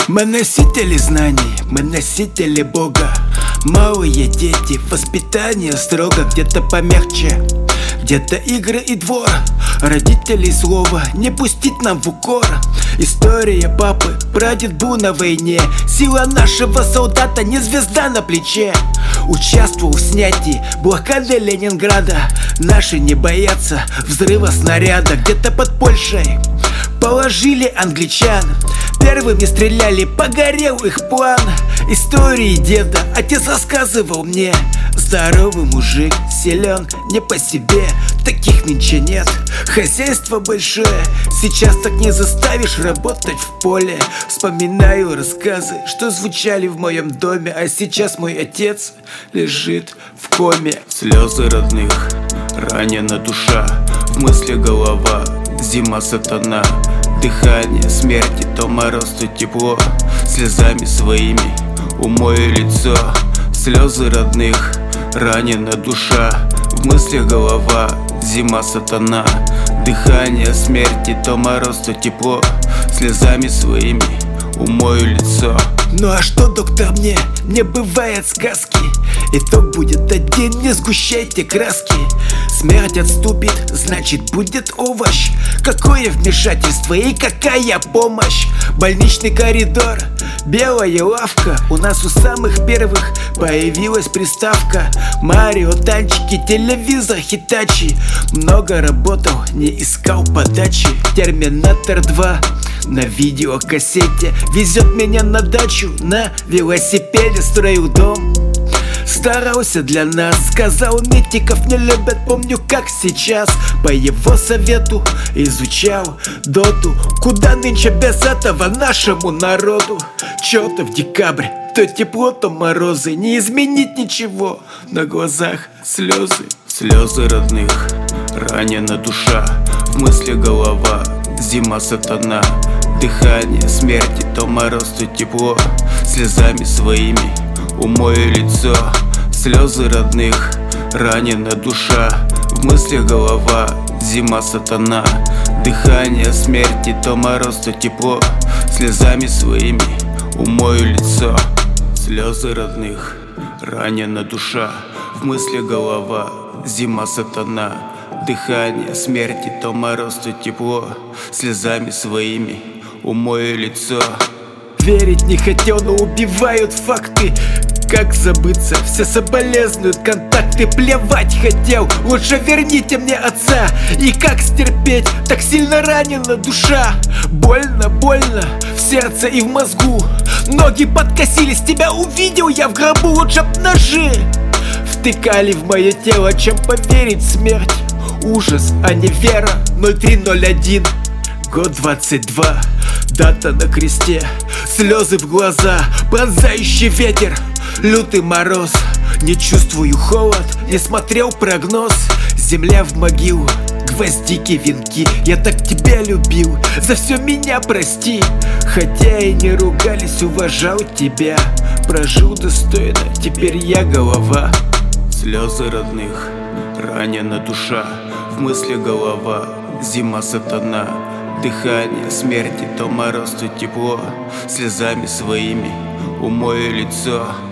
Мы носители знаний, мы носители Бога. Малые дети, воспитание строго, где-то помягче, где-то игры и двор. Родителей слова не пустить нам в укор. История папы, прадед был на войне. Сила нашего солдата, не звезда на плече. Участвовал в снятии блокады Ленинграда. Наши не боятся взрыва снаряда. Где-то под Польшей положили англичан. Первыми стреляли, погорел их план. Истории деда отец рассказывал мне. Здоровый мужик, силен, не по себе. Таких нынче нет, хозяйство большое. Сейчас так не заставишь работать в поле. Вспоминаю рассказы, что звучали в моем доме. А сейчас мой отец лежит в коме. Слезы родных, ранена душа, в мысли голова, зима сатана. Дыхание смерти, то мороз, то тепло. Слезами своими умою лицо. Слезы родных, ранена душа, в мыслях голова, зима сатана. Дыхание смерти, то мороз, то тепло. Слезами своими умою лицо. Ну а что, доктор, мне не бывает сказки. Итог будет один, не сгущайте краски. Смерть отступит, значит будет овощ. Какое вмешательство и какая помощь? Больничный коридор, белая лавка. У нас у самых первых появилась приставка. Марио, танчики, телевизор, хитачи. Много работал, не искал подачи. Терминатор 2 на видеокассете везет меня на дачу. На велосипеде строил дом, старался для нас. Сказал, метиков не любят, помню как сейчас. По его совету изучал доту. Куда нынче без этого нашему народу? Чертов декабрь, то тепло, то морозы. Не изменить ничего, на глазах слезы. Слезы родных, ранена душа, в мысли голова, зима сатана. Дыхание смерти, то мороз, то тепло. Слезами своими умою лицо. Слезы родных, ранена душа, в мыслях голова, зима сатана. Дыхание смерти, то мороз, то тепло. Слезами своими умою лицо. Слезы родных, ранена душа, в мыслях голова, зима сатана. Дыхание смерти, то мороз, то тепло. Слезами своими умою лицо. Верить не хотел, но убивают факты. Как забыться, все соболезнуют, контакты. Плевать хотел, лучше верните мне отца. И как стерпеть, так сильно ранена душа. Больно, больно, в сердце и в мозгу. Ноги подкосились, тебя увидел я в гробу. Лучше б ножи втыкали в мое тело, чем поверить в смерть. Ужас, а не вера. 0301, год 22, дата на кресте. Слезы в глаза, пронзающий ветер, лютый мороз. Не чувствую холод, не смотрел прогноз. Земля в могилу, гвоздики, венки. Я так тебя любил, за все меня прости. Хотя и не ругались, уважал тебя. Прожил достойно, теперь я голова. Слезы родных, ранена душа, в мысли голова, зима сатана. Дыхание смерти, то мороз, то тепло. Слезами своими умою лицо.